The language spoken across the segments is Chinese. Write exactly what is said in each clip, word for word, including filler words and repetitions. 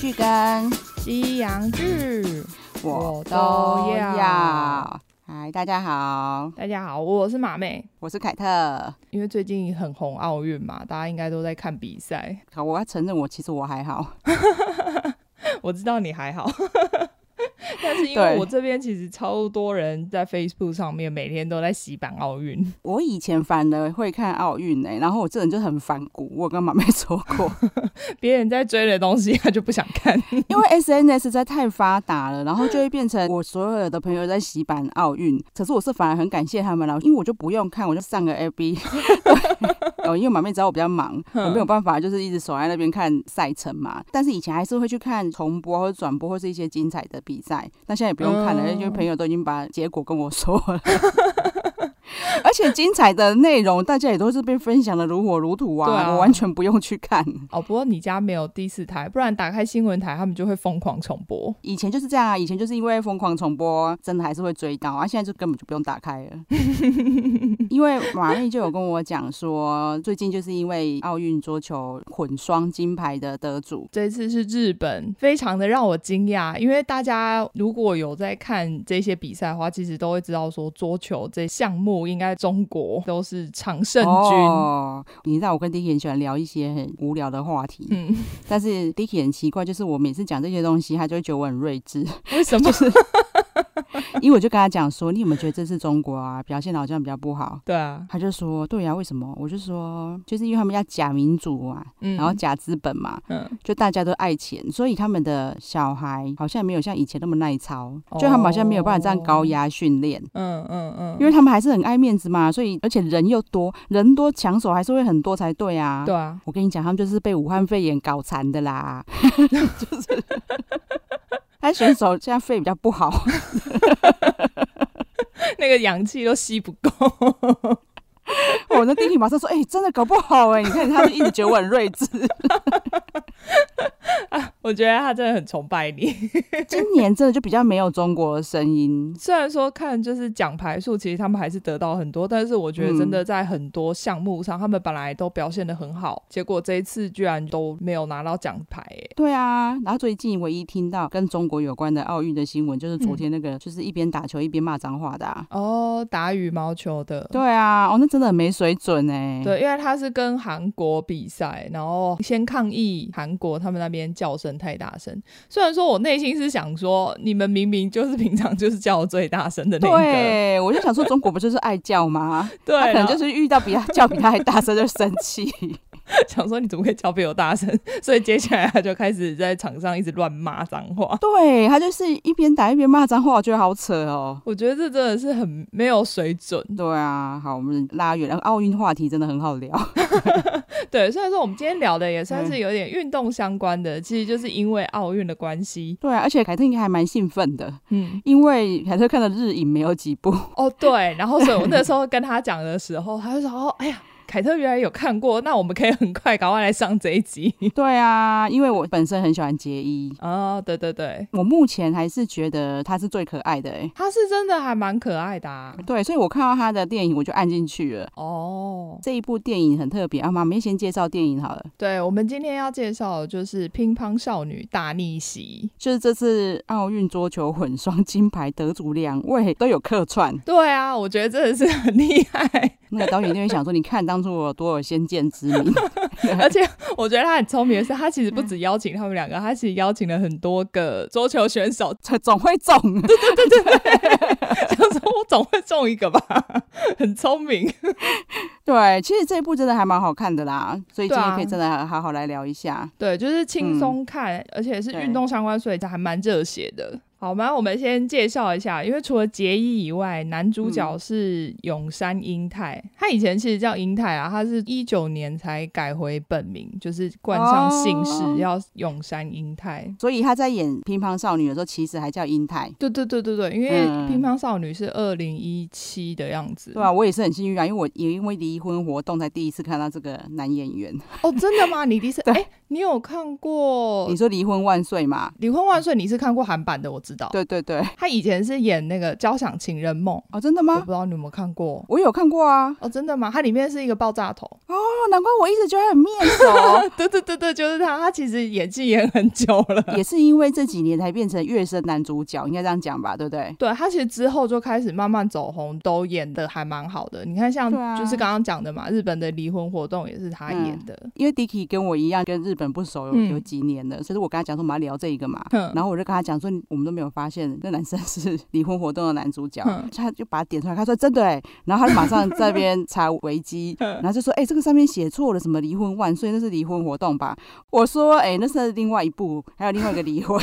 剧跟西洋剧我都要。嗨，大家好。 大家好，我是马妹， 我是凯特。 因为最近很红奥运嘛，大家应该都在看比赛。 好，我要承认我其实我还好。 我知道你还好。但是因为我这边其实超多人在 Facebook 上面每天都在洗版奥运。 我以前反而会看奥运欸，然后我这人就很反骨，我跟马妹说过。 别人在追的东西他就不想看。 因为 S N S 实在太发达了，然后就会变成我所有的朋友在洗版奥运，可是我是反而很感谢他们啦，因为我就不用看，我就上个 F B。哦，因为马妹知道我比较忙，我没有办法就是一直守在那边看赛程嘛。但是以前还是会去看重播或者转播或是一些精彩的比赛，那现在也不用看了，因为朋友都已经把结果跟我说了。而且精彩的内容大家也都是被分享的如火如荼 啊, 啊我完全不用去看。 哦，不过你家没有第四台，不然打开新闻台他们就会疯狂重播。 以前就是这样啊，以前就是因为疯狂重播真的还是会追到啊，现在就根本就不用打开了。因为马妹就有跟我讲说，最近就是因为奥运桌球混双金牌的得主， 这次是日本，非常的让我惊讶。因为大家如果有在看这些比赛的话，其实都会知道说桌球这项目应该中国都是常胜军。 哦，你知道我跟 Dicky 很喜欢聊一些很无聊的话题，嗯，但是 Dicky 很奇怪，就是我每次讲这些东西他就会觉得我很睿智。 为什么？就是因为我就跟他讲说，你有没有觉得这次中国啊表现好像比较不好？ 对啊， 他就说对啊，为什么？我就说就是因为他们要假民主啊，嗯、然后假资本嘛，嗯，就大家都爱钱，所以他们的小孩好像没有像以前那么耐操，哦、就他们好像没有办法这样高压训练，嗯嗯嗯，因为他们还是很爱面子嘛，所以而且人又多，人多抢手还是会很多才对啊。 对啊， 我跟你讲，他们就是被武汉肺炎搞残的啦，就是。他选手现在肺比较不好。 那个氧气都吸不够。 我那弟弟马上说：“哎、欸，真的搞不好哎、欸！你看，他就一直觉得我很睿智。 啊”我觉得他真的很崇拜你。 今年真的就比较没有中国的声音。 虽然说看就是奖牌数，其实他们还是得到很多，但是我觉得真的在很多项目上，嗯、他们本来都表现得很好，结果这一次居然都没有拿到奖牌。 对啊，然后最近唯一听到跟中国有关的奥运的新闻，就是昨天那个，嗯、就是一边打球一边骂脏话的啊。 哦，打羽毛球的。 对啊，哦，那真的很没水准哎。 对，因为他是跟韩国比赛，然后先抗议韩国他们那边叫声太大声。虽然说我内心是想说，你们明明就是平常就是叫最大声的那个。 对，我就想说中国不就是爱叫吗？ 对， 他可能就是遇到比他叫比他还大声就生气。 想说你怎么可以叫比我大声，所以接下来他就开始在场上一直乱骂脏话。 对，他就是一边打一边骂脏话，我觉得好扯哦。 我觉得这真的是很没有水准。 对啊，好，我们拉远了，奥运话题真的很好聊。 对，虽然说我们今天聊的也算是有点运动相关的，其实就是因为奥运的关系。 对啊，而且凯特应该还蛮兴奋的，嗯，因为凯特看的日影没有几部。 哦，对，然后所以我那时候跟他讲的时候，他就说：“哦，哎呀。”凯特原来有看过，那我们可以很快赶快来上这一集。 对啊，因为我本身很喜欢杰伊。 哦，对对对， 我目前还是觉得他是最可爱的欸。 他是真的还蛮可爱的啊。 对，所以我看到他的电影我就按进去了。哦，这一部电影很特别啊，妈咪先介绍电影好了。 对，我们今天要介绍的就是乒乓少女大逆袭， 就是这次奥运桌球混双金牌得主两位都有客串。 对啊，我觉得真的是很厉害。 那个导演就会想说，你看当初我有多有先见之明。 而且我觉得他很聪明的是，他其实不只邀请他们两个，他其实邀请了很多个桌球选手， 总会中。 对对对对，想说我总会中一个吧，很聪明。 对，其实这一部真的还蛮好看的啦，所以今天可以真的好好来聊一下。 对，就是轻松看，嗯、而且是运动相关，所以还蛮热血的。好吗？我们先介绍一下，因为除了杰伊以外，男主角是永山英太、嗯、他以前其实叫英太啊，他是一九年才改回本名，就是冠上姓氏、哦、要永山英太， 所以他在演乒乓少女的时候其实还叫英太。 对对对对对，因为乒乓少女是二零一七的样子、嗯、 对啊，我也是很幸运啊，因为我也因为离婚活动才第一次看到这个男演员。 哦，真的吗？你第一次哎， 你有看过？ 你说离婚万岁嘛？ 离婚万岁你是看过韩版的，我知道。 对对对， 他以前是演那个交响情人梦。 哦，真的吗？ 我不知道你有没有看过。 我有看过啊。 哦，真的吗？他里面是一个爆炸头。 哦，难怪我一直觉得他很面熟。 对对对对，就是他。他其实演技演很久了， 也是因为这几年才变成跃升男主角，应该这样讲吧，对不对？ 对，他其实之后就开始慢慢走红，都演的还蛮好的。你看像就是刚刚讲的嘛，日本的离婚活动也是他演的。 嗯、因为 Dicky 跟我一样跟日本不熟有、嗯、有几年了，所以我跟他讲说我们要聊这一个嘛、嗯、然后我就跟他讲说我们都没有发现那男生是离婚活动的男主角、嗯、他就把他点出来，他说真的哎，然后他就马上在那边查维基、嗯、然后就说哎、欸、这个上面写错了，什么离婚万岁，那是离婚活动吧。我说哎、欸、那是另外一部，还有另外一个离婚。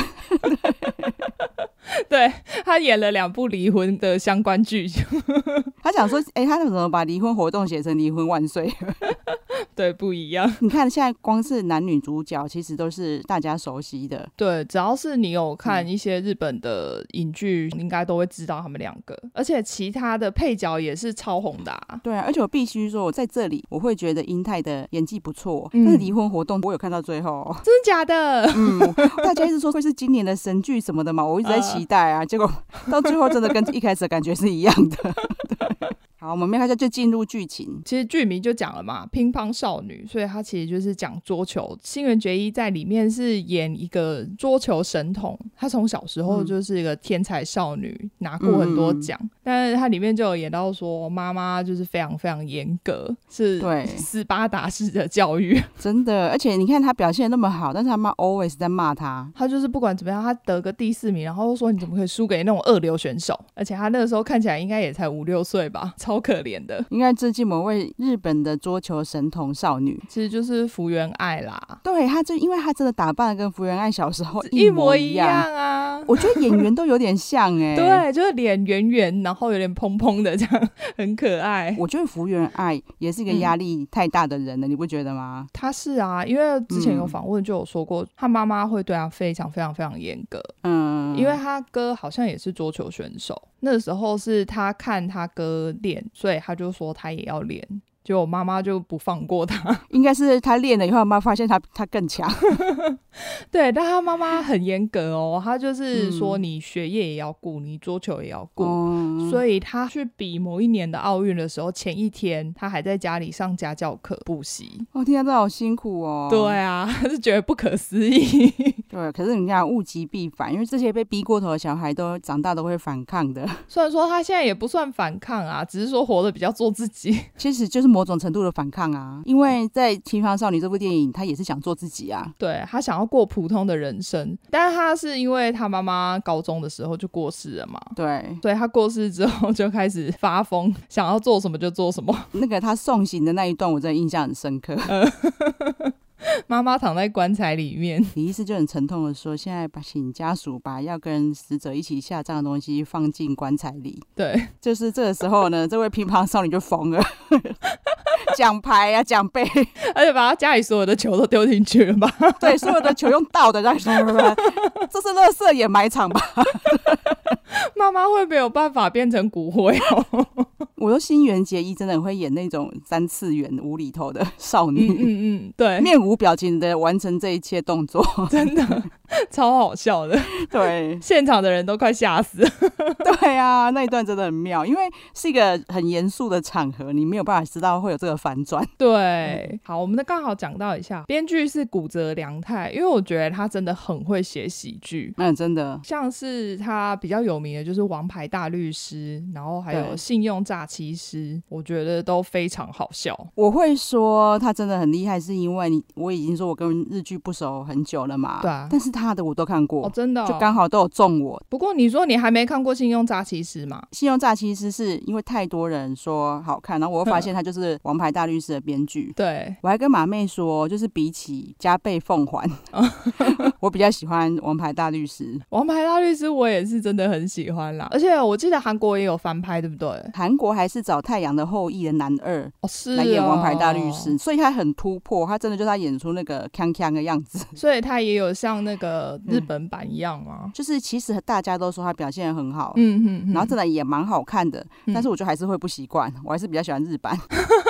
对，他演了两部离婚的相关剧。 他想说哎、欸、他怎么把离婚活动写成离婚万岁？ 对，不一样。 你看现在光是男女主角其实都是大家熟悉的。 对，只要是你有看一些日本的影剧、嗯、应该都会知道他们两个，而且其他的配角也是超红的啊。 对啊，而且我必须说我在这里我会觉得英泰的演技不错、嗯、但是离婚活动我有看到最后。 真的假的？ 嗯，大家一直说会是今年的神剧什么的嘛，我一直在期待啊、呃、结果到最后真的跟一开始的感觉是一样的。好，我们没开始就进入剧情。 其实剧名就讲了嘛，乒乓少女，所以它其实就是讲桌球。新垣结衣在里面是演一个桌球神童，她从小时候就是一个天才少女，嗯、拿过很多奖、嗯。但是她里面就有演到说，妈妈就是非常非常严格，是斯巴达式的教育。 真的，而且你看她表现得那么好，但是她妈 always 在骂她。 她就是不管怎么样，她得个第四名，然后说你怎么可以输给那种二流选手？而且她那个时候看起来应该也才五六岁吧，超可怜的。 应该致敬某位日本的桌球神童少女， 其实就是福原爱啦。 对，她就因为她真的打扮得跟福原爱小时候一模一样, 一模一样啊。 我觉得演员都有点像哎、欸。 对，就是脸圆圆，然后有点蓬蓬的这样，很可爱。 我觉得福原爱也是一个压力太大的人了、嗯、你不觉得吗？ 她是啊，因为之前有访问就有说过，她妈妈会对她非常非常非常严格。嗯，因为她哥好像也是桌球选手，那时候是她看她哥练，所以她就说她也要练，结果我妈妈就不放过她。 应该是她练了以后，妈妈发现她她更强。 对，但她妈妈很严格哦，她就是说你学业也要顾，你桌球也要顾、嗯、所以她去比某一年的奥运的时候，前一天她还在家里上家教课补习。 哦，天啊，这好辛苦哦。 对啊，是觉得不可思议。 对，可是你看物极必反，因为这些被逼过头的小孩都长大都会反抗的。 虽然说他现在也不算反抗啊，只是说活得比较做自己。 其实就是某种程度的反抗啊，因为在《乒乓少女》这部电影，他也是想做自己啊。 对，他想要过普通的人生，但是他是因为他妈妈高中的时候就过世了嘛。 对， 所以他过世之后就开始发疯，想要做什么就做什么。 那个他送行的那一段，我真的印象很深刻。 妈妈躺在棺材里面， 李医师就很沉痛的说，现在把请家属把要跟死者一起下葬的东西放进棺材里。 对， 就是这个时候呢，这位乒乓少女就疯了。奖牌啊，奖杯， 而且把他家里所有的球都丢进去了吧。 对，所有的球用倒的，这是垃圾掩埋场吧。 妈妈会没有办法变成骨灰哦。 我说新垣结衣真的很会演那种三次元无厘头的少女， 嗯嗯嗯，对， 面无表情的完成这一切动作， 真的超好笑的。 对， 现场的人都快吓死了。 对啊，那一段真的很妙，因为是一个很严肃的场合，你没有办法知道会有这个反转。 对、嗯，好，我们刚好讲到一下，编剧是古泽良太，因为我觉得他真的很会写喜剧。 嗯，真的， 像是他比较有名的就是《王牌大律师》，然后还有《信用诈欺师》，我觉得都非常好笑。 我会说他真的很厉害，是因为你我已经说我跟日剧不熟很久了嘛， 对啊， 但是他的我都看过， 哦，真的、哦， 就刚好都有中我。 不过你说你还没看过《信用诈欺师》吗？ 《信用诈欺师》是因为太多人说好看，然后我又发现他就是《王牌大律师》的编剧。 对， 我还跟马妹说，就是比起加倍奉还，我比较喜欢《王牌大律师》。《 王牌大律师》我也是真的很喜欢啦，而且我记得韩国也有翻拍，对不对？ 韩国还是找《太阳的后裔》的男二哦，是哦， 来演《王牌大律师》，所以他很突破，他真的就是他演出那个鏘鏘的样子。 所以他也有像那个日本版一样吗？ 嗯、就是其实大家都说他表现得很好， 嗯嗯， 然后真的也蛮好看的，嗯、但是我就还是会不习惯，我还是比较喜欢日版。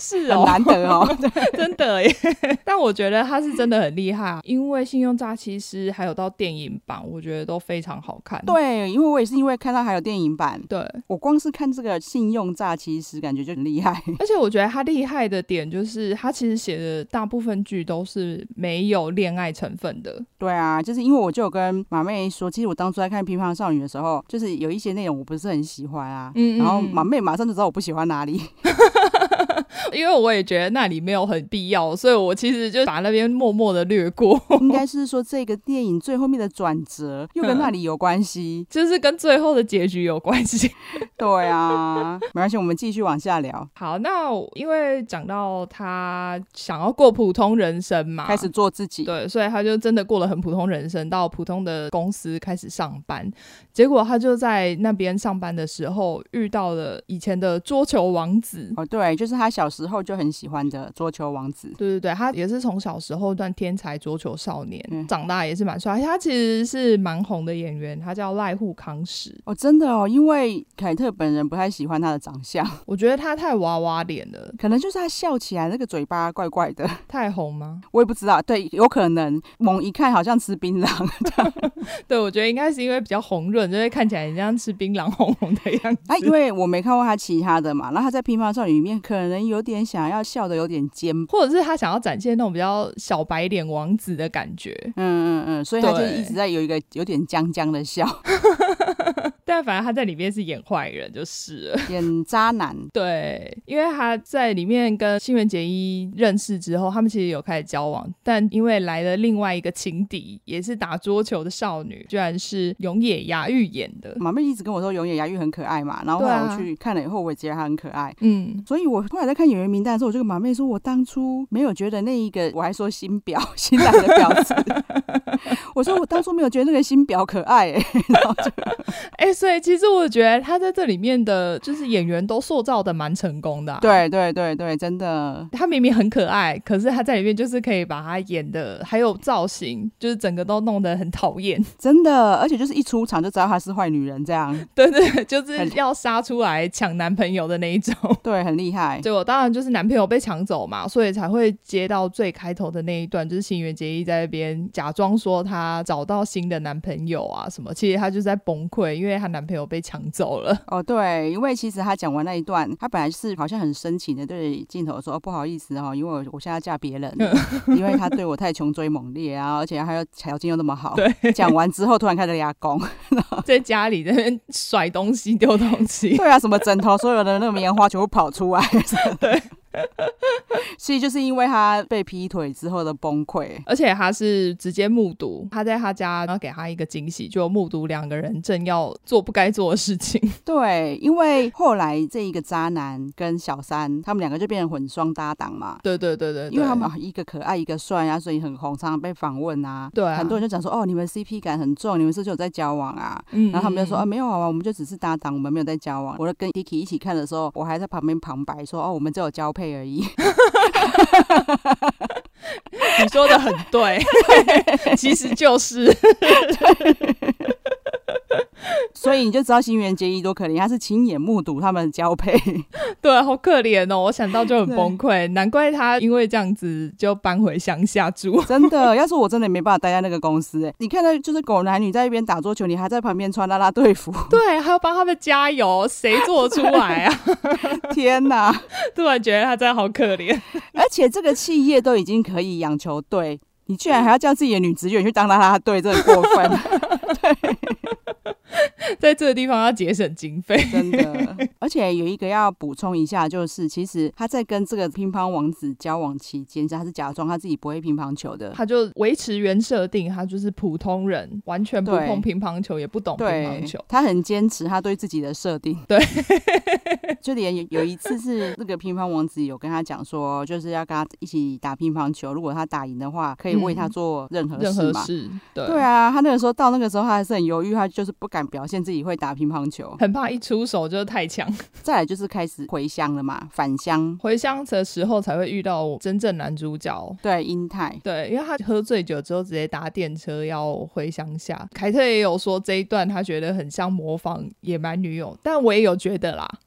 是哦， 很难得哦真的耶但我觉得他是真的很厉害啊，因为信用诈欺师还有到电影版我觉得都非常好看。 对，因为我也是因为看到还有电影版， 对， 我光是看这个信用诈欺师感觉就很厉害而且我觉得他厉害的点就是他其实写的大部分剧都是没有恋爱成分的。 对啊，就是因为我就有跟马妹说，其实我当初在看乒乓少女的时候，就是有一些内容我不是很喜欢啊，嗯嗯嗯然后马妹马上就知道我不喜欢哪里因为我也觉得那里没有很必要，所以我其实就把那边默默的略过应该是说这个电影最后面的转折又跟那里有关系、 嗯、就是跟最后的结局有关系对啊，没关系，我们继续往下聊。 好，那因为讲到他想要过普通人生嘛， 开始做自己， 对，所以他就真的过了很普通人生，到普通的公司开始上班。结果他就在那边上班的时候遇到了以前的桌球王子。 哦，对，就是他小时候就很喜欢的桌球王子。 对对对，他也是从小时候段天才桌球少年、嗯、长大也是蛮帅。他其实是蛮红的演员，他叫濑户康史。 哦，真的哦，因为凯特本人不太喜欢他的长相， 我觉得他太娃娃脸了， 可能就是他笑起来那个嘴巴怪怪的。 太红吗？ 我也不知道，对，有可能猛一看好像吃槟榔对，我觉得应该是因为比较红润，就会看起来很像吃槟榔红红的样子、 啊、因为我没看过他其他的嘛，然后他在乒乓少女里面可能有点想要笑的有点尖， 或者是他想要展现那种比较小白脸王子的感觉。 嗯嗯嗯，所以他就一直在有一个有点僵僵的笑但反正他在里面是演坏人就是了， 演渣男。 对，因为他在里面跟新垣结衣认识之后，他们其实有开始交往，但因为来了另外一个情敌，也是打桌球的少女，居然是永野芽郁演的。 马妹一直跟我说永野芽郁很可爱嘛，然后后来我去看了以后我也觉得她很可爱，嗯，所以我后来在看演员名单的时候，我就跟马妹说我当初没有觉得那一个，我还说新表新来的婊子我说我当初没有觉得那个新表可爱欸然后就哎、欸，所以其实我觉得他在这里面的就是演员都塑造的蛮成功的、啊、 对对对对，真的， 他明明很可爱，可是他在里面就是可以把他演的还有造型就是整个都弄得很讨厌， 真的，而且就是一出场就知道她是坏女人这样对对，就是要杀出来抢男朋友的那一种对，很厉害。 结果当然就是男朋友被抢走嘛，所以才会接到最开头的那一段，就是新垣结衣在那边假装说她找到新的男朋友啊什么，其实她就是在崩溃，因为她男朋友被抢走了。 哦，对，因为其实她讲完那一段，她本来是好像很深情的对镜头说、哦、不好意思哦，因为我我现在嫁别人了因为他对我太穷追猛烈啊，而且还有条件又那么好。对，讲完之后突然开始俩攻在家里在那边甩东西丢东西对啊，什么枕头所有的那个棉花全部跑出来对其实就是因为他被劈腿之后的崩溃， 而且他是直接目睹他在他家，然后给他一个惊喜，就目睹两个人正要做不该做的事情。 对，因为后来这一个渣男跟小三他们两个就变成混双搭档嘛。 对对对 对, 对， 因为他们一个可爱一个帅啊，所以很红，常常被访问啊。对啊，很多人就讲说哦，你们 C P 感很重，你们是不是有在交往啊？嗯，然后他们就说啊，没有啊，我们就只是搭档，我们没有在交往。我跟 Kiki 一起看的时候，我还在旁边旁白说哦，我们只有交配而已你说的很对其实就是所以你就知道新垣结衣多可怜，他是亲眼目睹他们交配对，好可怜哦，我想到就很崩溃，难怪他因为这样子就搬回乡下住真的，要是我真的没办法待在那个公司耶，你看到就是狗男女在一边打桌球，你还在旁边穿啦啦队服， 对，还要帮他们加油，谁做出来啊天哪，突然觉得他真的好可怜而且这个企业都已经可以养球队，你居然还要叫自己的女职员去当啦啦队，这很过分对， 在这个地方要节省经费真的。而且有一个要补充一下，就是其实他在跟这个乒乓王子交往期间，他是假装他自己不会乒乓球的， 他就维持原设定，他就是普通人，完全不碰乒乓球，也不懂乒乓球。 他很坚持他对自己的设定， 对就连有一次是那个乒乓王子有跟他讲说，就是要跟他一起打乒乓球，如果他打赢的话可以为他做任何事嘛、嗯、任何事 对, 对啊，他那个时候到那个时候他还是很犹豫，他就是不敢表现自己会打乒乓球， 很怕一出手就太强。 再来就是开始回乡了嘛，返乡回乡的时候才会遇到真正男主角， 对，英泰， 对，因为他喝醉酒之后直接搭电车要回乡下。凯特也有说这一段他觉得很像模仿野蛮女友，但我也有觉得啦，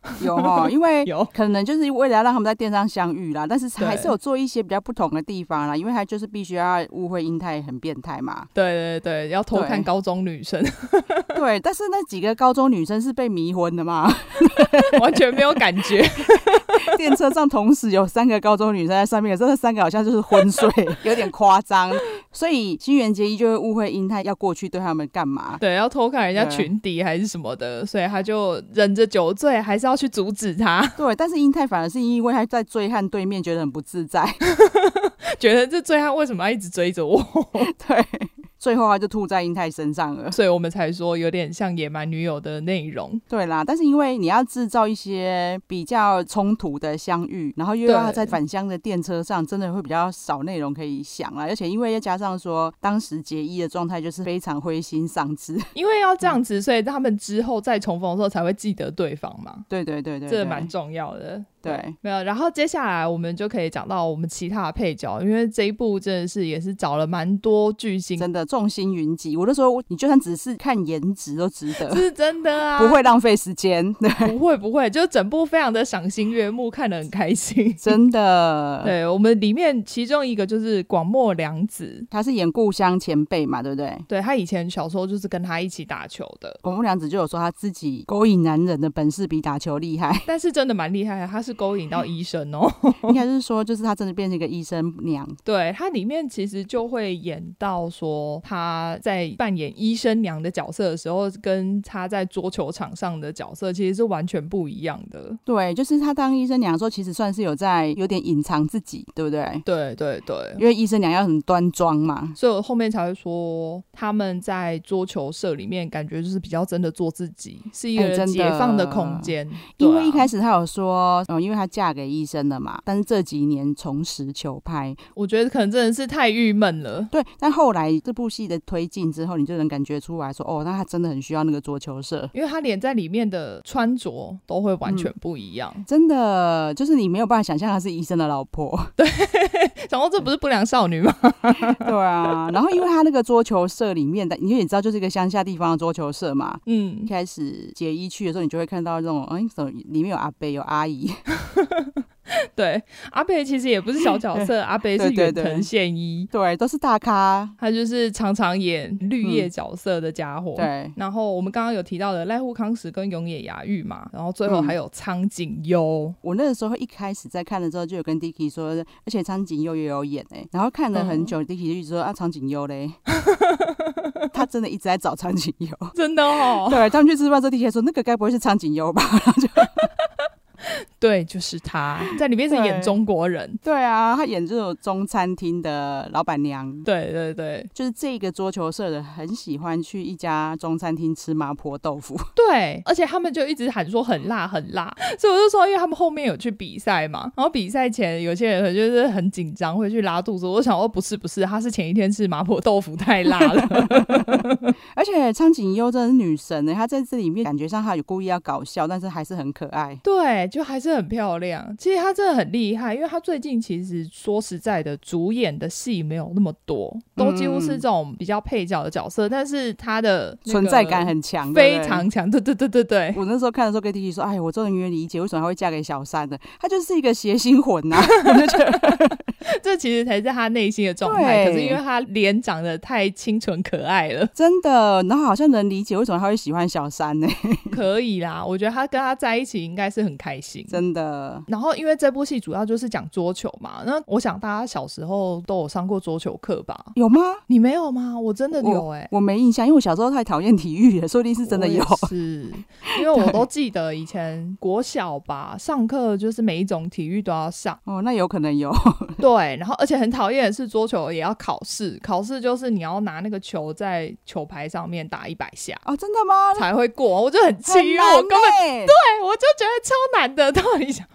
有齁，因为有可能就是为了要让他们在店上相遇啦，但是还是有做一些比较不同的地方啦，因为他就是必须要误会英泰很变态嘛。 对对对，要偷看高中女生。 对，但是那几个高中女生是被迷昏的嘛， 完全没有感觉。 电车上同时有三个高中女生在上面，可是那三个好像就是昏睡，有点夸张。所以新垣结衣就会误会英泰要过去对他们干嘛？ 对，要偷看人家裙底还是什么的，所以他就忍着酒醉，还是要去阻止他。 对，但是英泰反而是因为他在醉汉对面觉得很不自在， 觉得这醉汉为什么要一直追着我？ 对。最后他就吐在英泰身上了， 所以我们才说有点像野蛮女友的内容。 对啦，但是因为你要制造一些比较冲突的相遇，然后又要在返乡的电车上，真的会比较少内容可以想啦。而且因为又加上说当时结衣的状态就是非常灰心丧志， 因为要这样子，所以他们之后再重逢的时候才会记得对方嘛。 对对对 对, 对， 这蛮重要的。 对， 没有，然后接下来我们就可以讲到我们其他的配角，因为这一部真的是也是找了蛮多巨星， 真的众星云集。我就说你就算只是看颜值都值得， 这是真的啊， 不会浪费时间。对， 不会不会，就整部非常的赏心悦目，看得很开心， 真的。 对，我们里面其中一个就是广末凉子， 他是演故乡前辈嘛，对不对？ 对，他以前小时候就是跟他一起打球的。 广末凉子就有说他自己勾引男人的本事比打球厉害， 但是真的蛮厉害的，他是勾引到医生哦。 应该是说就是他真的变成一个医生娘。 对，他里面其实就会演到说他在扮演医生娘的角色的时候，跟他在桌球场上的角色其实是完全不一样的。 对，就是他当医生娘的时候其实算是有在有点隐藏自己，对不对？ 对对对， 因为医生娘要很端庄嘛， 所以我后面才会说他们在桌球社里面感觉就是比较真的做自己，是一个解放的空间、欸、 因为一开始他有说、嗯、因为他嫁给医生了嘛，但是这几年重拾球拍， 我觉得可能真的是太郁闷了。 对，但后来这部戏的推进之后，你就能感觉出来说哦，那他真的很需要那个桌球社， 因为他连在里面的穿着都会完全不一样、 嗯、真的就是你没有办法想象他是医生的老婆。 对，想说这不是不良少女吗？ 对啊，然后因为他那个桌球社里面的，你也知道就是一个乡下地方的桌球社嘛，嗯，一开始结衣去的时候你就会看到这种哎，里面有阿伯有阿姨。 对，阿北其实也不是小角色，阿北是远藤宪一， 对， 对， 对，都是大咖， 他就是常常演绿叶角色的家伙、嗯、 对。 然后我们刚刚有提到的濑户康史跟永野芽郁嘛，然后最后还有苍井优、嗯、 我那个时候一开始在看的时候就有跟 Dicky 说，而且苍井优也有演哎、欸，然后看了很久、嗯、Dicky 就一直说啊苍井优嘞他真的一直在找苍井优，真的哦。对，他们去吃饭之后 Dicky 说那个该不会是苍井优吧，然后就对，就是他在里面是演中国人。 对, 对啊，他演这种中餐厅的老板娘。 对对对， 就是这个桌球社的很喜欢去一家中餐厅吃麻婆豆腐。 对，而且他们就一直喊说很辣很辣，所以我就说因为他们后面有去比赛嘛，然后比赛前有些人就是很紧张会去拉肚子，我想说不是不是，他是前一天吃麻婆豆腐太辣了。 而且苍井优真的是女神、欸、她在这里面感觉上她有故意要搞笑，但是还是很可爱。 对，就还是很漂亮。其实她真的很厉害，因为她最近其实说实在的主演的戏没有那么多，都几乎是这种比较配角的角色、嗯、但是她的存在感很强， 非常强。对对对对对， 我那时候看的时候跟 T T 说，哎，我终于理解为什么她会嫁给小三的，她就是一个邪心魂啊。我就觉得这其实才是她内心的状态，可是因为她脸长得太清纯可爱了， 真的，然后好像能理解为什么她会喜欢小三呢、欸。 可以啦，我觉得她跟他在一起应该是很开心， 真的。 然后因为这部戏主要就是讲桌球嘛，那我想大家小时候都有上过桌球课吧？有吗？你没有吗？我真的有哎、欸， 我没印象，因为我小时候太讨厌体育了，说不定是真的有。 是因为我都记得以前国小吧，上课就是每一种体育都要上。 哦，那有可能有。 对，然后而且很讨厌的是桌球也要考试，考试就是你要拿那个球在球拍上面打一百下。 哦，真的吗？ 才会过，我就很气，因为我根本对我就觉得超难的。到底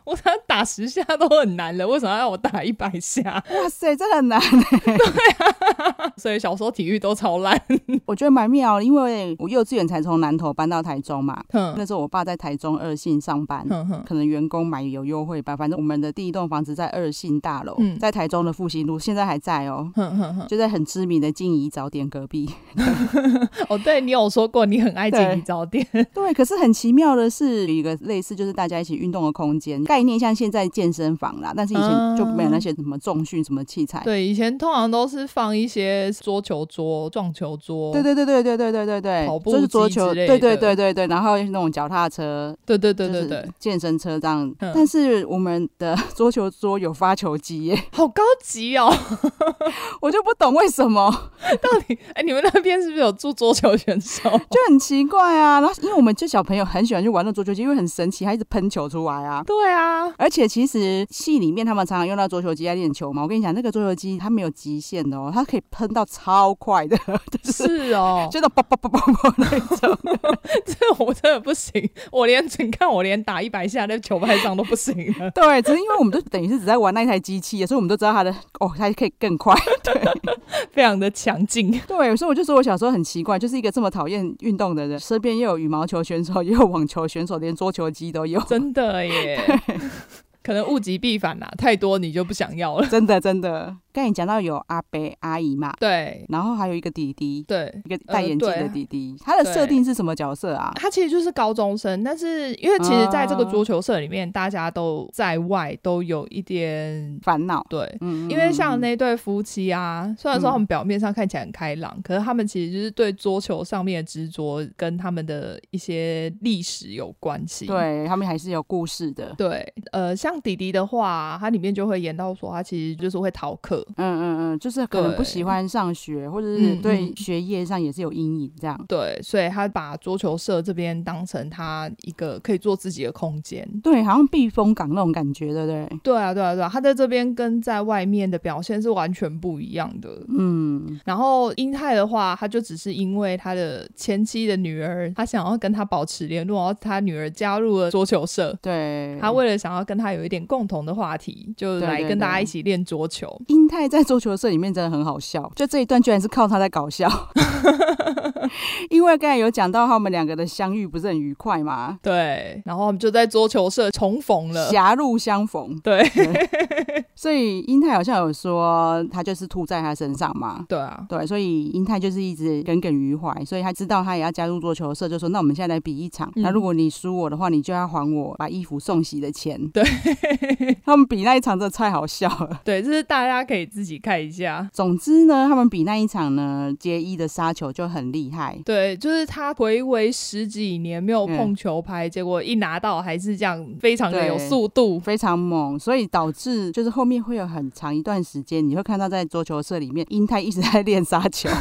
我才打十下都很难了，为什么要我打一百下？ 哇塞，这很难欸。 对啊，所以小时候体育都超烂。 我觉得蛮妙的，因为我幼稚园才从南投搬到台中嘛， 嗯那时候我爸在台中二信上班， 嗯可能员工买有优惠吧，反正我们的第一栋房子在二信大楼， 嗯在台中的复兴路，现在还在哦，就在很知名的静怡早点隔壁。 哦，对，你有说过你很爱静怡早点。 对，可是很奇妙的是，有一个类似就是大家一起运动的空间概念，像现在健身房啦，但是以前就没有那些什么重训什么器材。 对，以前通常都是放一些桌球桌、撞球桌， 对对对对对对对对对， 跑步就是桌球， 对对对对对对，然后那种脚踏车， 对对对对对， 健身车这样。 嗯、 但是我们的桌球桌有发球机耶， 好高级哦！ 我就不懂为什么， 到底哎、欸，你们那边是不是有住桌球选手？ 就很奇怪啊。然后因为我们就小朋友很喜欢去玩那桌球机，因为很神奇，它一直喷球出来啊。 对啊， 而且其实戏里面他们常常用到桌球机来练球嘛。我跟你讲，那个桌球机它没有极限的哦，它可以喷到超快的，就是、 是哦， 就那啵啵啵啵啵那种。 这我真的不行，我连你看我连打一百下在球拍上都不行了。 对，只是因为我们就等于是只在玩那台机器，所以我们都知道它的哦，它可以更快，对， 非常的强劲。 对，所以我就说我小时候很奇怪，就是一个这么讨厌运动的人，身边又有羽毛球选手，也有网球选手，连桌球机都有， 真的耶。可能物极必反啦，太多你就不想要了。 真的真的。刚才你讲到有阿伯阿姨嘛， 对， 然后还有一个弟弟， 对， 一个戴眼镜的弟弟，呃、他的设定是什么角色啊？ 他其实就是高中生，但是因为其实在这个桌球社里面，啊、大家都在外都有一点烦恼， 对， 嗯嗯嗯， 因为像那对夫妻啊，虽然说他们表面上看起来很开朗，嗯、可是他们其实就是对桌球上面的执着跟他们的一些历史有关系， 对他们还是有故事的。 对，呃，像弟弟的话，他里面就会演到说，他其实就是会逃课， 嗯嗯嗯，就是可能不喜欢上学，或者是对学业上也是有阴影这样。 对，所以他把桌球社这边当成他一个可以做自己的空间， 对，好像避风港那种感觉，对不对？ 对啊，对啊，对啊，他在这边跟在外面的表现是完全不一样的。嗯，然后英泰的话，他就只是因为他的前妻的女儿，他想要跟他保持联络，然后他女儿加入了桌球社， 对， 他为了想要跟他有一点共同的话题，就来跟大家一起练桌球。 对对对，英泰在桌球社里面真的很好笑，就这一段居然是靠他在搞笑。因为刚才有讲到他们两个的相遇不是很愉快嘛， 对，然后我们就在桌球社重逢了， 狭路相逢。 对， 对，所以英泰好像有说他就是吐在他身上嘛， 对啊， 对，所以英泰就是一直耿耿于怀，所以他知道他也要加入桌球社，就说那我们现在来比一场，嗯、那如果你输我的话，你就要还我把衣服送洗的钱。 对， 他们比那一场真的太好笑了， 对，这是大家可以自己看一下。 总之呢，他们比那一场呢，杰伊的杀球就很厉害， 对，就是他回违十几年没有碰球拍，嗯、结果一拿到还是这样，非常的有速度， 非常猛，所以导致就是后面会有很长一段时间，你会看到在桌球社里面，英泰一直在练杀球，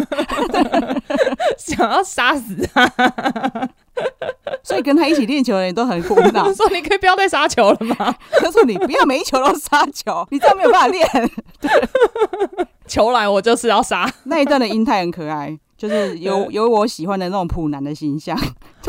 想要杀死他。 所以跟他一起练球的人都很苦恼， 说你可以不要再杀球了吗？ 他说你不要每一球都杀球，你这样没有办法练。 球来我就是要杀。 那一段的英泰很可爱，就是有有我喜欢的那种普男的形象。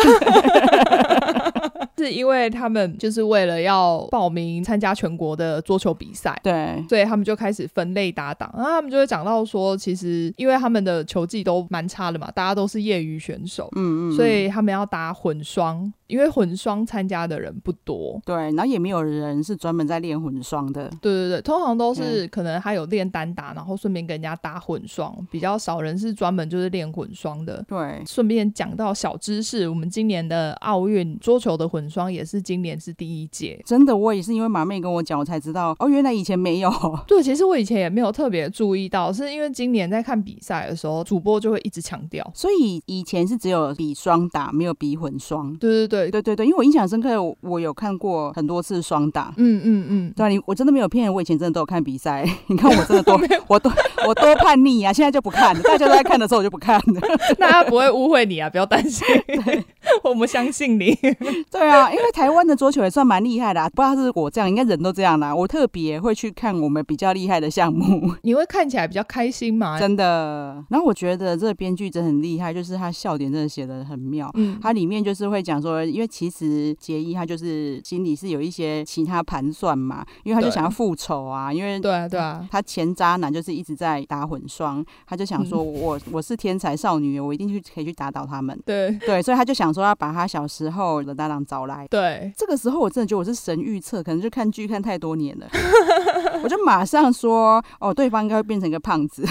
是因为他们就是为了要报名参加全国的桌球比赛， 对， 所以他们就开始分类搭档，然后他们就会讲到说，其实因为他们的球技都蛮差的嘛，大家都是业余选手，嗯嗯，所以他们要打混双，因为混双参加的人不多， 对，然后也没有人是专门在练混双的， 对对对，通常都是可能他有练单打，然后顺便跟人家打混双，比较少人是专门就是练混双的。 对， 顺便讲到小知识，我们今年的奥运桌球的混双也是今年是第一届。 真的，我也是因为马妹跟我讲，我才知道哦，原来以前没有。 对，其实我以前也没有特别注意到，是因为今年在看比赛的时候，主播就会一直强调。 所以以前是只有比双打，没有比混双。 对对对对对对，因为我印象深刻，我, 我有看过很多次双打。 嗯嗯嗯， 对啊，你我真的没有骗人，我以前真的都有看比赛。你看我真的多，我多我多叛逆啊！现在就不看了，大家都在看的时候我就不看了。 大家不会误会你啊，不要担心。 我们相信你。 对啊，因为台湾的桌球也算蛮厉害的、啊、不知道是我这样，应该人都这样啦、啊。我特别会去看我们比较厉害的项目， 你会看起来比较开心吗？ 真的。然后我觉得这个编剧真的很厉害，就是他笑点真的写得很妙。嗯，他里面就是会讲说，因为其实结衣他就是心里是有一些其他盘算嘛，因为他就想要复仇啊，因为对啊对啊， 他前渣男就是一直在打混双，他就想说我、嗯、我是天才少女，我一定去可以去打倒他们。 对对，所以他就想说要把他小时候的搭档找来。 对， 这个时候我真的觉得我是神预测，可能就看剧看太多年了，我就马上说哦，对方应该会变成一个胖子。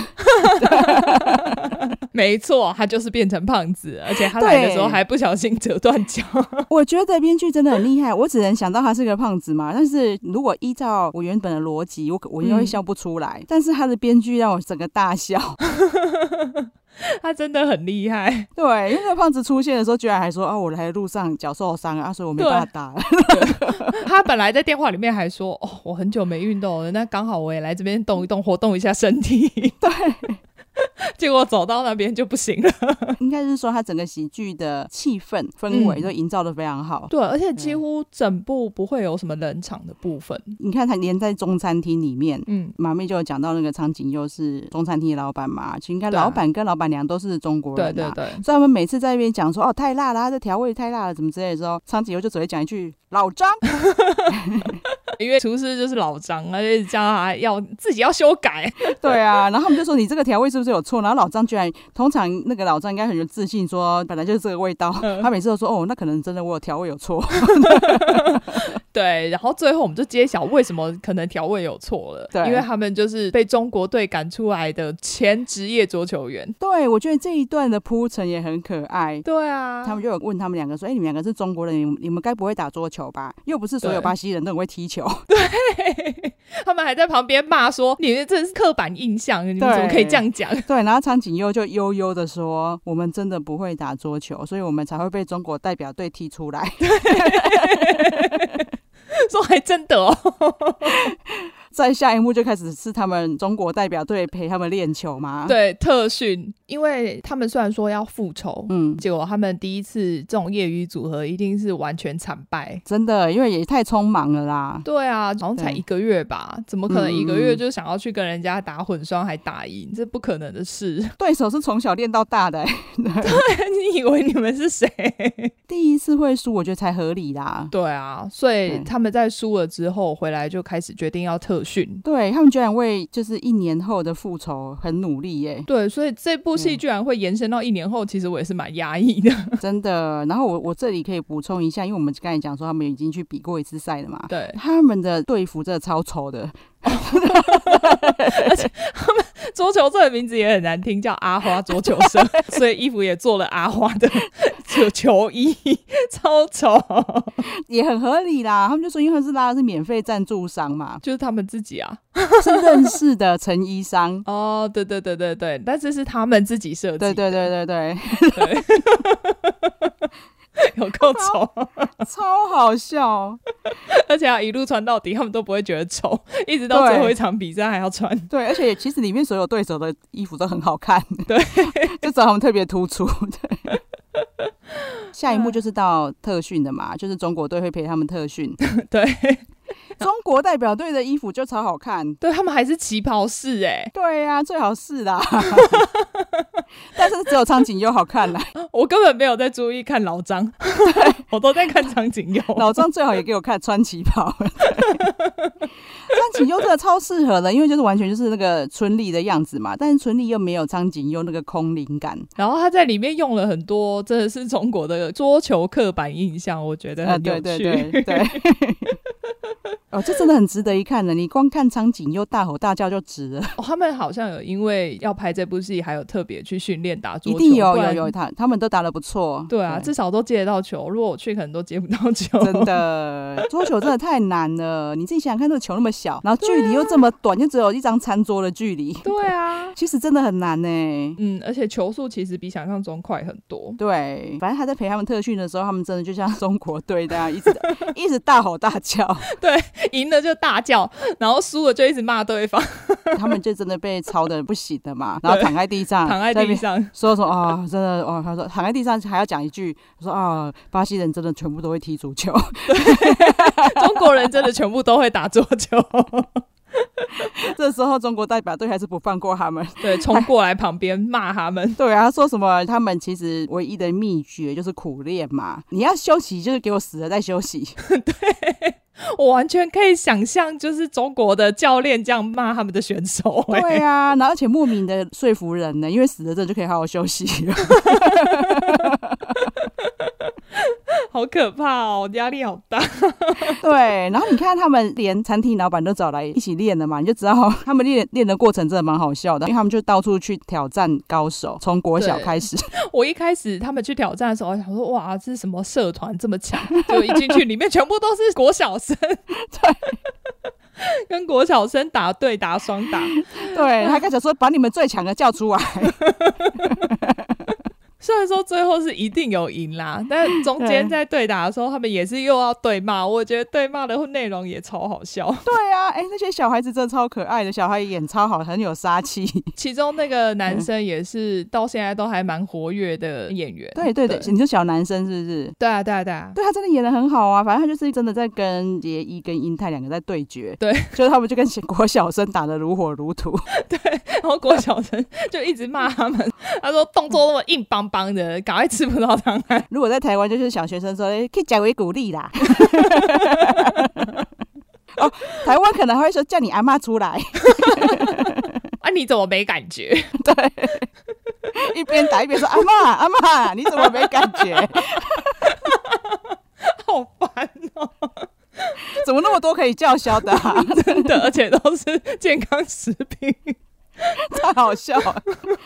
没错，他就是变成胖子，而且他来的时候还不小心折断脚。 我觉得编剧真的很厉害，我只能想到他是个胖子嘛，但是如果依照我原本的逻辑，我我应该会笑不出来、嗯、但是他的编剧让我整个大笑。 他真的很厉害。 对，因为那个胖子出现的时候居然还说哦，我来的路上脚受伤啊，所以我没办法打了。 他本来在电话里面还说哦，我很久没运动了，那刚好我也来这边动一动，活动一下身体。 对， 结果走到那边就不行了。 应该是说他整个喜剧的气氛氛围都营造得非常好、 嗯、对，而且几乎整部不会有什么冷场的部分。 你看他连在中餐厅里面， 嗯， 马妹就有讲到那个苍井优是中餐厅的老板嘛，其实应该老板跟老板娘都是中国人、啊、 对对对， 所以他们每次在那边讲说哦太辣了，他的调味太辣了怎么之类的时候，苍井优就只会讲一句老张。 因为厨师就是老张，而且叫他要自己要修改。 对啊，然后他们就说你这个调味是不是有错，然后老张居然通常那个老张应该很有自信说本来就是这个味道、嗯、他每次都说哦那可能真的我有调味有错。 对，然后最后我们就揭晓为什么可能调味有错了，对，因为他们就是被中国队赶出来的前职业桌球员。 对，我觉得这一段的铺陈也很可爱。 对啊， 他们就有问他们两个说哎、欸，你们两个是中国人，你们你们该不会打桌球吧？又不是所有巴西人都很会踢球。 对，他们还在旁边骂说你这是刻板印象，你们怎么可以这样讲？ 对，然后苍井优就悠悠的说我们真的不会打桌球，所以我们才会被中国代表队踢出来。 说还真的哦。 在下一幕就开始是他们中国代表队陪他们练球嘛， 对，特训。因为他们虽然说要复仇，嗯，结果他们第一次这种业余组合一定是完全惨败， 真的，因为也太匆忙了啦。 对啊，好像才一个月吧，怎么可能一个月就想要去跟人家打混双还打赢、嗯、这不可能的事。 对手是从小练到大的、欸、 对，你以为你们是谁？ 第一次会输我觉得才合理啦。 对啊，所以他们在输了之后回来就开始决定要特训。 对，他们居然为就是一年后的复仇很努力耶。 对，所以这部戏居然会延伸到一年后、嗯、其实我也是蛮压抑的， 真的。然后我我这里可以补充一下，因为我们刚才讲说他们已经去比过一次赛了嘛， 对， 他们的队服真的超丑的。 而且他们桌球队的名字也很难听，叫阿花桌球社，所以衣服也做了阿花的球球衣，超丑。 也很合理啦，他们就说因为是拉的是免费赞助商嘛， 就是他们自己啊， 是认识的成衣商。 哦，对对对对对，但是是他们自己设计的。 对对对对对对。有够丑， 超好笑， 而且要一路穿到底，他们都不会觉得丑，一直到最后一场比赛还要穿。 对，而且其实里面所有对手的衣服都很好看， 对， 就只有他们特别突出。对，下一幕就是到特训的嘛，就是中国队会陪他们特训。 对。 中国代表队的衣服就超好看， 对，他们还是旗袍式哎。 对啊，最好是啦。但是只有苍井优好看啦。 我根本没有在注意看老张，我都在看苍井优。 老张最好也给我看穿旗袍。苍井优真的超适合的，因为就是完全就是那个春丽的样子嘛，但是春丽又没有苍井优那个空灵感。 然后他在里面用了很多真的是中国的桌球刻板印象，我觉得很有趣。呃、对对对对。 哦，这真的很值得一看的，你光看苍井优大吼大叫就值了。 哦，他们好像有因为要拍这部戏，还有特别去训练打桌球， 一定有有有，他他们都打得不错。 对啊，对，至少都接得到球。如果我去，可能都接不到球。 真的，桌球真的太难了。你自己想想看，这个球那么小，然后距离又这么短，就只有一张餐桌的距离。 对啊， 其实真的很难呢。 嗯，而且球速其实比想象中快很多。 对，反正他在陪他们特训的时候，他们真的就像中国队那样，一直一直大吼大叫。 对。 赢了就大叫，然后输了就一直骂对方。 他们就真的被操的不行了嘛，然后躺在地上， 躺在地上说说啊、哦，真的哦，他说躺在地上还要讲一句，说啊、哦，巴西人真的全部都会踢足球， 中国人真的全部都会打桌球。 这时候中国代表队还是不放过他们， 对，冲过来旁边骂他们。 对啊，说什么他们其实唯一的秘诀就是苦练嘛，你要休息就是给我死了再休息。 对，我完全可以想象，就是中国的教练这样骂他们的选手、欸。 对啊，然后而且莫名的说服人呢，因为死了之后就可以好好休息了。 好可怕哦，压力好大。 对，然后你看他们连餐厅老板都找来一起练了嘛，你就知道他们练练的过程真的蛮好笑的，因为他们就到处去挑战高手，从国小开始。 我一开始他们去挑战的时候，我想说哇，这是什么社团这么强？就一进去里面全部都是国小生。对。跟国小生打对打双打。 对，他刚才说把你们最强的叫出来。 虽然说最后是一定有赢啦，但中间在对打的时候他们也是又要对骂，我觉得对骂的内容也超好笑。 对啊，哎、欸，那些小孩子真的超可爱的，小孩演超好，很有杀气。 其中那个男生也是到现在都还蛮活跃的演员。 对对 对, 对，你说小男生是不是？ 对啊对啊对啊， 对，他真的演得很好啊，反正他就是真的在跟杰伊跟英泰两个在对决。 对， 就是他们就跟国小生打得如火如荼。 对，然后国小生就一直骂他们，他说动作那么硬邦邦的，赶快吃葡萄糖。 如果在台湾就是小学生说可以讲为鼓励啦。哦，台湾可能会说叫你阿嬷出来。 啊，你怎么没感觉？ 对，一边打一边说阿嬷阿嬷你怎么没感觉？ 好烦哦， 怎么那么多可以叫嚣的啊？ 真的，而且都是健康食品。 太好笑了。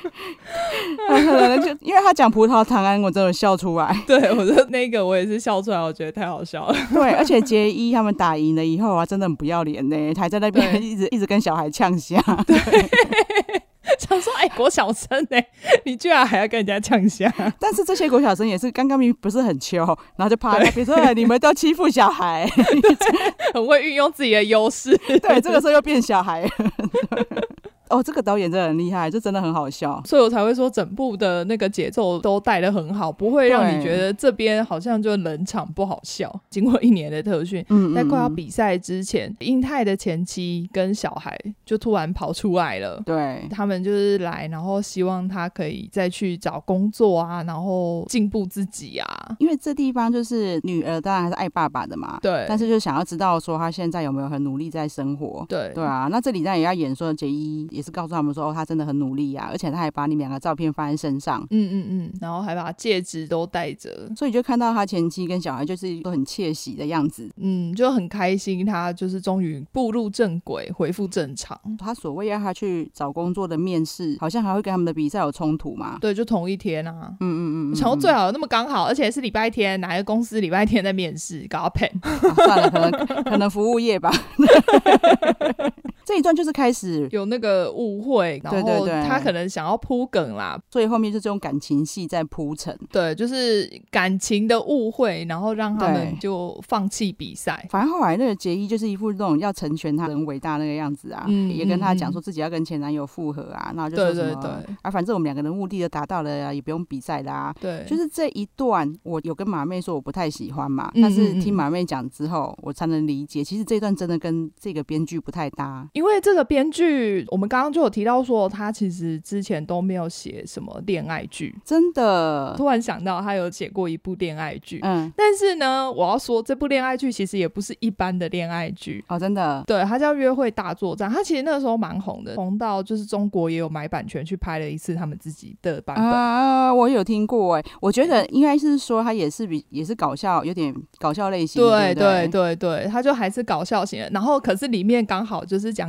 就因为他讲葡萄糖胺，我真的笑出来。 对，我说那个我也是笑出来，我觉得太好笑了。 对，而且杰伊他们打赢了以后啊，真的很不要脸呢，还在那边一直一直跟小孩呛虾。对， 想说哎、欸，国小生哎，你居然还要跟人家呛虾？ 但是这些国小生也是刚刚明明不是很秋，然后就趴在那边说、哎、你们都欺负小孩。 很会运用自己的优势。 对，这个时候又变小孩了。哦，这个导演真的很厉害，这真的很好笑， 所以我才会说整部的那个节奏都带得很好，不会让你觉得这边好像就冷场不好笑。经过一年的特训，嗯嗯嗯，在快要比赛之前，英泰的前妻跟小孩就突然跑出来了，对，他们就是来，然后希望他可以再去找工作啊，然后进步自己啊。 因为这地方就是女儿当然还是爱爸爸的嘛，对，但是就想要知道说他现在有没有很努力在生活，对对啊。那这里当然也要演说杰伊也是告诉他们说、哦、他真的很努力啊，而且他还把你们两个照片放在身上，嗯嗯嗯， 然后还把戒指都戴着， 所以就看到他前妻跟小孩就是都很窃喜的样子， 嗯，就很开心，他就是终于步入正轨，恢复正常。 他所谓要他去找工作的面试，好像还会跟他们的比赛有冲突嘛？ 对，就同一天啊，嗯嗯嗯， 想说最好那么刚好，而且是礼拜天，哪个公司礼拜天在面试，搞到骗、 啊、算了，可能可能服务业吧。这一段就是开始有那个误会，然后他可能想要铺梗啦， 所以后面就是用感情戏在铺陈。 对，就是感情的误会，然后让他们就放弃比赛。 反正后来那个杰伊就是一副那种要成全他人伟大那个样子啊，嗯、也跟他讲说自己要跟前男友复合啊，然后就说什么，对对对，啊，反正我们两个人目的都达到了啊，也不用比赛啦、啊。对，就是这一段我有跟马妹说我不太喜欢嘛，嗯嗯嗯，但是听马妹讲之后，我才能理解，其实这段真的跟这个编剧不太搭， 因为这个编剧我们刚刚就有提到说他其实之前都没有写什么恋爱剧， 真的突然想到他有写过一部恋爱剧，嗯，但是呢我要说这部恋爱剧其实也不是一般的恋爱剧哦，真的， 对，它叫约会大作战，它其实那个时候蛮红的，红到就是中国也有买版权去拍了一次他们自己的版本啊，我有听过哎，我觉得应该是说它也是比也是搞笑，有点搞笑类型的， 对对对对，它就还是搞笑型的，然后可是里面刚好就是讲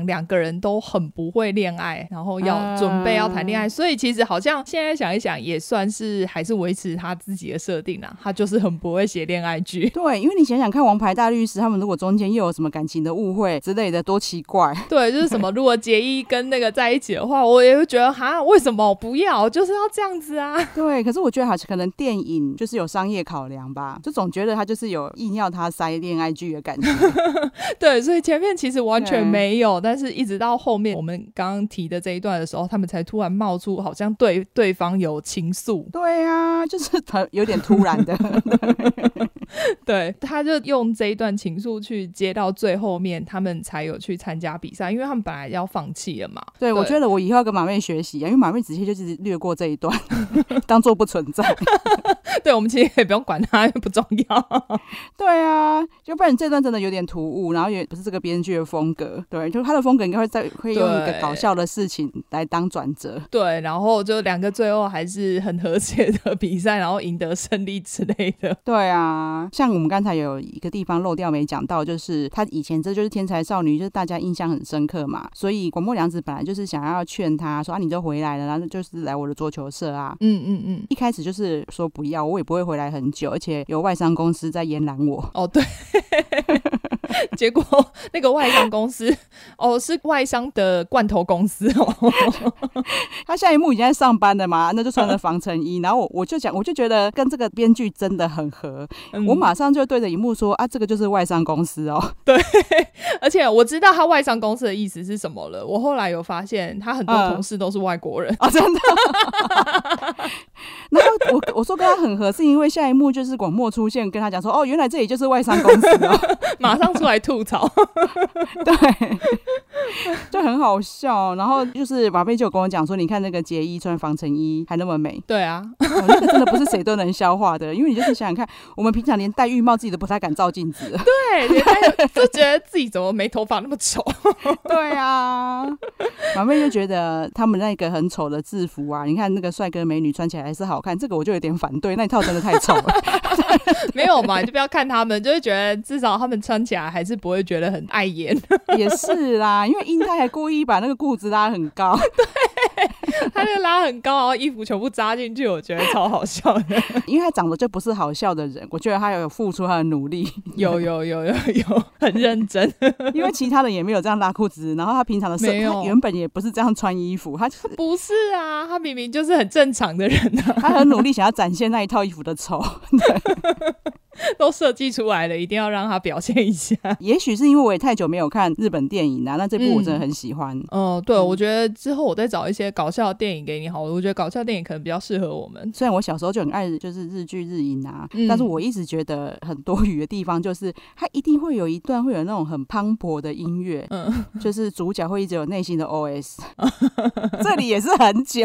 讲两个人都很不会恋爱，然后要准备要谈恋爱、嗯、所以其实好像现在想一想也算是还是维持他自己的设定啊，他就是很不会写恋爱剧。 对，因为你想想看王牌大律师他们如果中间又有什么感情的误会之类的多奇怪。 对，就是什么如果结衣跟那个在一起的话我也会觉得哈为什么不要就是要这样子啊。 对，可是我觉得好像可能电影就是有商业考量吧，就总觉得他就是有硬要他塞恋爱剧的感觉。 对，所以前面其实完全没有，但是一直到后面我们刚刚提的这一段的时候他们才突然冒出好像对对方有情愫。 对啊，就是有点突然的。 对，他就用这一段情愫去接到最后面他们才有去参加比赛，因为他们本来要放弃了嘛。 对, 对，我觉得我以后要跟马妹学习啊，因为马妹直接就是略过这一段当做不存在。 对，我们其实也不用管它，不重要。 对啊，要不然这段真的有点突兀，然后也不是这个编剧的风格。对，就他的风格应该会在会用一个搞笑的事情来当转折。 对，然后就两个最后还是很和谐的比赛，然后赢得胜利之类的。 对啊，像我们刚才有一个地方漏掉没讲到，就是他以前这就是天才少女，就是大家印象很深刻嘛，所以广末凉子本来就是想要劝他说啊，你就回来了，然后就是来我的桌球社啊。 嗯嗯嗯， 一开始就是说不要，我也不会回来很久，而且有外商公司在延揽我。 哦，对。结果那个外商公司哦是外商的罐头公司哦。 他下一幕已经在上班了嘛，那就穿了防尘衣，然后 我, 我就讲我就觉得跟这个编剧真的很合、嗯、我马上就对着荧幕说啊，这个就是外商公司哦。 对，而且我知道他外商公司的意思是什么了，我后来有发现他很多同事都是外国人、 嗯、啊，真的。然后 我, 我说跟他很合是因为下一幕就是广末出现跟他讲说哦，原来这里就是外商公司哦。 马上出来吐槽。 对，就很好笑。然后就是马贝就有跟我讲说，你看那个结衣穿防尘衣还那么美。 对啊、 哦、那个真的不是谁都能消化的，因为你就是想想看，我们平常连戴浴帽自己都不太敢照镜子。 对，就觉得自己怎么没头发那么丑。 对啊，马妹就觉得他们那个很丑的制服啊，你看那个帅哥美女穿起来还是好看，这个我就有点反对，那一套真的太丑了。 没有嘛，你就不要看他们，就会觉得至少他们穿起来还是不会觉得很碍眼。 也是啦，因为英泰还故意把那个裤子拉很高。 对，他那个拉很高，然后衣服全部扎进去，我觉得超好笑的。 因为他长得就不是好笑的人，我觉得他有付出他的努力。 有有有有有，很认真。 因为其他人也没有这样拉裤子，然后他平常的时候他原本也不是这样穿衣服，他、就是、 不是啊，他明明就是很正常的人啊。 他很努力想要展现那一套衣服的丑。 都设计出来了，一定要让他表现一下。 也许是因为我也太久没有看日本电影啦，那这部我真的很喜欢。 嗯，呃、对、嗯，我觉得之后我再找一些搞笑的电影给你好了，我觉得搞笑电影可能比较适合我们。 虽然我小时候就很爱就是日剧日影啊、嗯，但是我一直觉得很多余的地方就是它一定会有一段会有那种很磅礴的音乐，嗯，就是主角会一直有内心的 O S。 这里也是很久。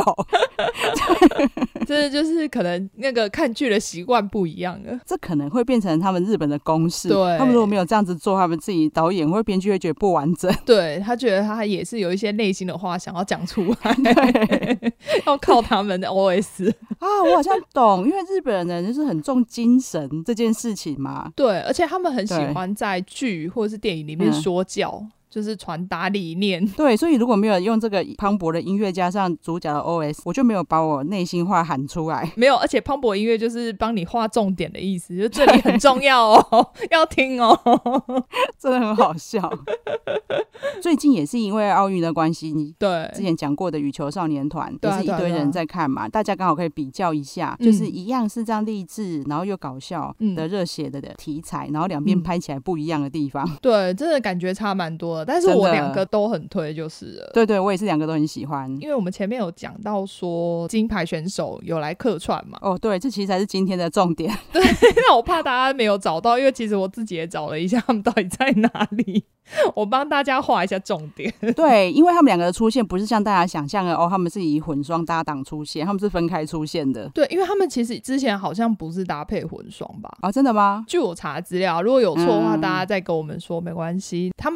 这就是可能那个看剧的习惯不一样了， 这可能会变成他们日本的公式。 对， 他们如果没有这样子做，他们自己导演或编剧会觉得不完整。 对，他觉得他也是有一些内心的话想要讲出来。要靠他们的 O S 啊。我好像懂，因为日本人就是很重精神这件事情嘛。 对，而且他们很喜欢在剧或者是电影里面说教、嗯，就是传达理念。 对，所以如果没有用这个磅礴的音乐加上主角的 O S， 我就没有把我内心话喊出来。 没有，而且磅礴音乐就是帮你画重点的意思，就这里很重要哦。要听哦。 真的很好笑。最近也是因为奥运的关系， 对， 之前讲过的羽球少年团也是一堆人在看嘛， 对啊对啊， 大家刚好可以比较一下、嗯、就是一样是这样励志然后又搞笑的热血的题材、嗯、然后两边拍起来不一样的地方、嗯、 对，真的感觉差蛮多的，但是我两个都很推就是了。 对对，我也是两个都很喜欢。 因为我们前面有讲到说金牌选手有来客串嘛。 哦对，这其实才是今天的重点。 对，那我怕大家没有找到，因为其实我自己也找了一下他们到底在哪里，我帮大家画一下重点。 对，因为他们两个的出现不是像大家想象的哦，他们是以混双搭档出现，他们是分开出现的。 对，因为他们其实之前好像不是搭配混双吧。 哦，真的吗？ 据我查资料，如果有错的话、嗯、大家再跟我们说没关系。他们其实都还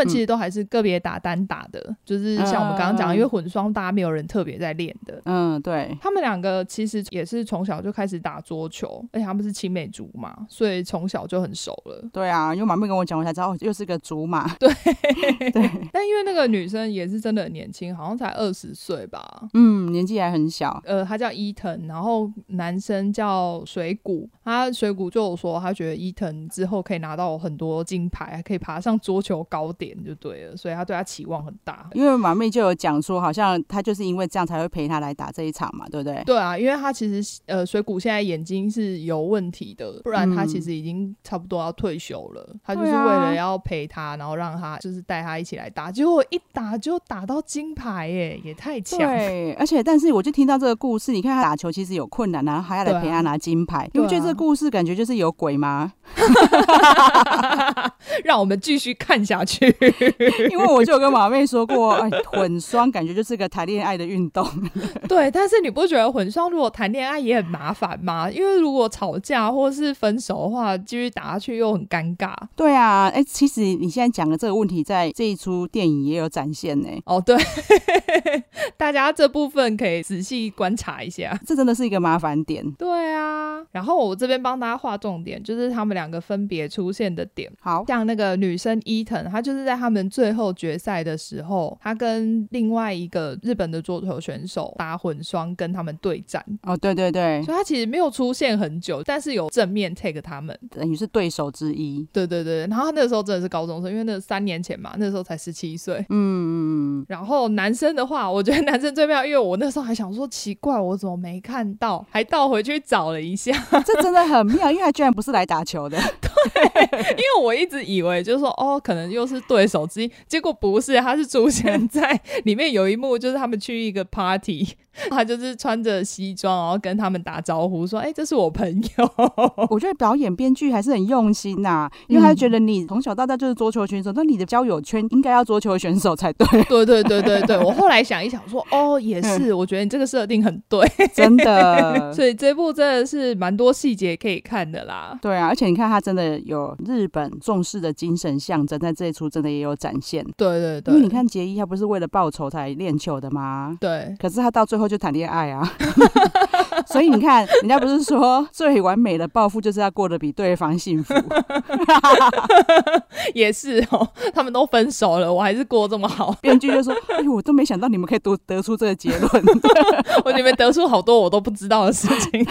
还是个别打单打的，就是像我们刚刚讲、嗯、因为混双大家没有人特别在练的。 嗯，对， 他们两个其实也是从小就开始打桌球，而且他们是青梅竹马，所以从小就很熟了。 对啊，因为马妹跟我讲我才知道又是个竹马。 对对，但因为那个女生也是真的很年轻，好像才二十岁吧。 嗯，年纪还很小。 呃，她叫伊藤，然后男生叫水谷。他水谷就有说他觉得伊藤之后可以拿到很多金牌，还可以爬上桌球高点就对了，所以他对他期望很大。 因为马妹就有讲说好像他就是因为这样才会陪他来打这一场嘛，对不对？ 对啊，因为他其实呃水谷现在眼睛是有问题的，不然他其实已经差不多要退休了、嗯、他就是为了要陪他，然后让他就是带他一起来打，结果一打就打到金牌耶，也太强。 对，而且但是我就听到这个故事，你看他打球其实有困难，然后还要来陪他拿金牌、啊、你不觉得这个故事感觉就是有鬼吗？ 让我们继续看下去。 因为我就有跟马妹说过、哎、混双感觉就是个谈恋爱的运动。 对，但是你不觉得混双如果谈恋爱也很麻烦吗？因为如果吵架或是分手的话继续打下去又很尴尬。 对啊、欸、其实你现在讲的这个问题在这一出电影也有展现呢。 哦对，大家这部分可以仔细观察一下， 这真的是一个麻烦点。 对啊，然后我这边帮大家画重点，就是他们两个分别出现的点。 好， 像那个女生伊藤，她就是在他们最后决赛的时候，她跟另外一个日本的桌球选手打混双跟他们对战。 哦对对对， 所以她其实没有出现很久，但是有正面 take 他们， 等于是对手之一。 对对对，然后她那个时候真的是高中生，因为那三年前嘛，那时候才十七岁。嗯，然后男生的话，我觉得男生最妙，因为我那时候还想说奇怪我怎么没看到，还倒回去找了一下。 这真的很妙，因为他居然不是来打球的。 对，因为我一直以为就是说哦可能又是对手之一，结果不是，他是出现在里面有一幕就是他们去一个 party， 他就是穿着西装然后跟他们打招呼说哎、欸、这是我朋友。 我觉得导演编剧还是很用心啊，因为他觉得你从小到大就是桌球选手，那、嗯、你的交友圈应该要桌球选手才对。对对对对对，我后来想一想说哦也是、嗯、我觉得你这个设定很对， 真的。 所以这部真的是蛮多细节可以看的啦。 对啊，而且你看他真的有日本重视的精神象征，在这一出真的也有展现。 对对对， 因为你看结衣他不是为了报仇才练球的吗？ 对， 可是他到最后就谈恋爱啊。所以你看人家不是说最完美的报复就是要过得比对方幸福。 也是哦，他们都分手了我还是过这么好。 编剧就说哎呦我都没想到你们可以得得出这个结论。 我你们得出好多我都不知道的事情。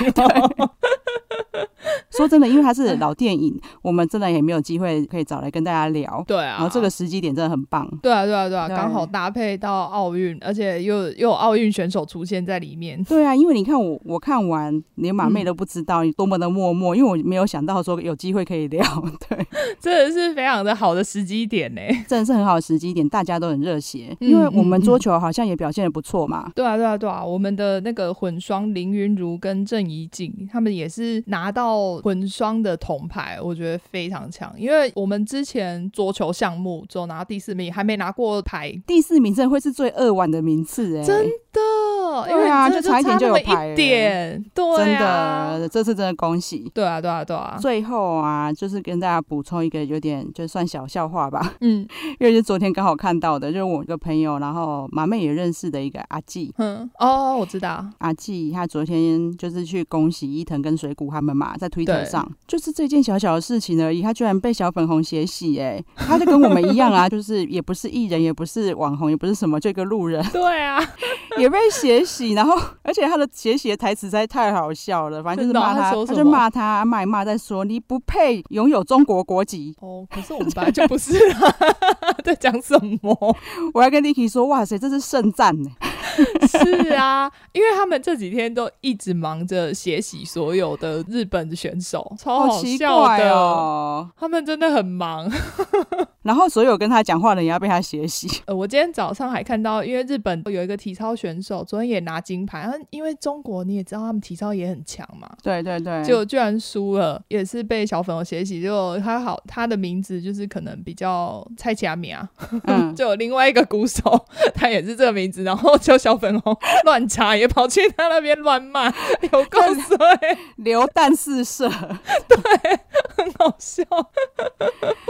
说真的，因为它是老电影，我们真的也没有机会可以找来跟大家聊。 对啊， 然后这个时机点真的很棒。 对啊对啊对啊，刚好搭配到奥运，而且又又有奥运选手出现在里面。 对啊，因为你看我我看完连马妹都不知道你多么的默默、嗯、因为我没有想到说有机会可以聊。对， 真的是非常的好的时机点呢， 真的是很好的时机点，大家都很热血、嗯、因为我们桌球好像也表现得不错嘛、嗯嗯。 对啊对啊对啊，我们的那个混双林云如跟郑怡静他们也是拿到混双的铜牌，我觉得非常强。因为我们之前桌球项目只有拿到第四名，还没拿过牌。 第四名真的会是最扼腕的名次哎、欸， 真的。 对啊，就差一点就有牌了。 一点，对啊， 真的，这次真的恭喜。 对啊，对啊，对啊。 最后啊，就是跟大家补充一个有点就算小笑话吧。 嗯， 因为是昨天刚好看到的，就是我一个朋友，然后马妹也认识的一个阿纪。 嗯，哦，我知道。 阿纪他昨天就是去恭喜伊藤跟水谷他们嘛，在推特上，就是这件小小的事情而已，他居然被小粉红血洗哎、欸，他就跟我们一样啊，就是也不是艺人，也不是网红，也不是什么，就一个路人。 对啊， 也被血洗，然后而且他的血洗的台词实在太好笑了，反正就是骂他，他就骂他，骂一骂再说你不配拥有中国国籍。 哦，可是我们本来就不是啦，在讲什么？ 我还跟 Licky 说，哇塞，这是圣战呢。 是啊，因为他们这几天都一直忙着血洗所有的日本选手，超好笑的哦，他们真的很忙。 然后所有跟他讲话的人也要被他血洗。 呃，我今天早上还看到，因为日本有一个体操选手昨天也拿金牌，因为中国你也知道他们体操也很强嘛， 对对对， 结果居然输了，也是被小粉红血洗。结果他好，他的名字就是可能比较蔡奇亚米啊，嗯、就有另外一个鼓手，他也是这个名字，然后就小粉红乱查，也跑去他那边乱骂，有够衰， 流弹四射， 对，很好笑。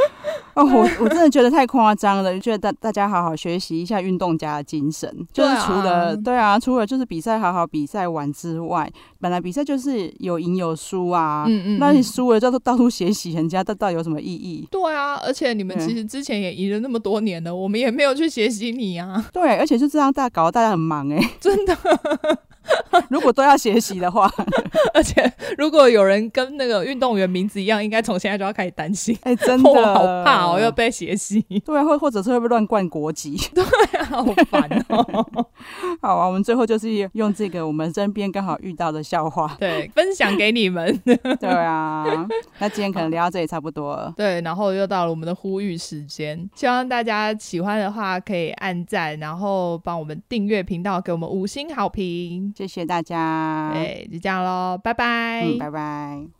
哦，我我真的觉得太夸张了，就觉得大大家好好学习一下运动家的精神，就是除了对啊，对啊，除了就是比赛好好比赛完之外，本来比赛就是有赢有输啊，嗯嗯嗯，那你输了就到处学习人家，这到底有什么意义？ 对啊，而且你们其实之前也赢了那么多年了，我们也没有去学习你啊。 对，而且就这样大搞得大家很忙哎、欸， 真的。 如果都要学习的话， 而且如果有人跟那个运动员名字一样，应该从现在就要开始担心。 哎、欸，真的， 我好怕哦，要被血洗。 对，或或者是会不会乱冠国籍？ 对啊，好烦哦。 好啊，我们最后就是用这个我们身边刚好遇到的笑话， 对，分享给你们。 对啊，那今天可能聊到这里差不多了。 对，然后又到了我们的呼吁时间，希望大家喜欢的话可以按赞，然后帮我们订阅频道，给我们五星好评。 谢谢大家。 对，就这样咯，拜拜。 嗯，拜拜。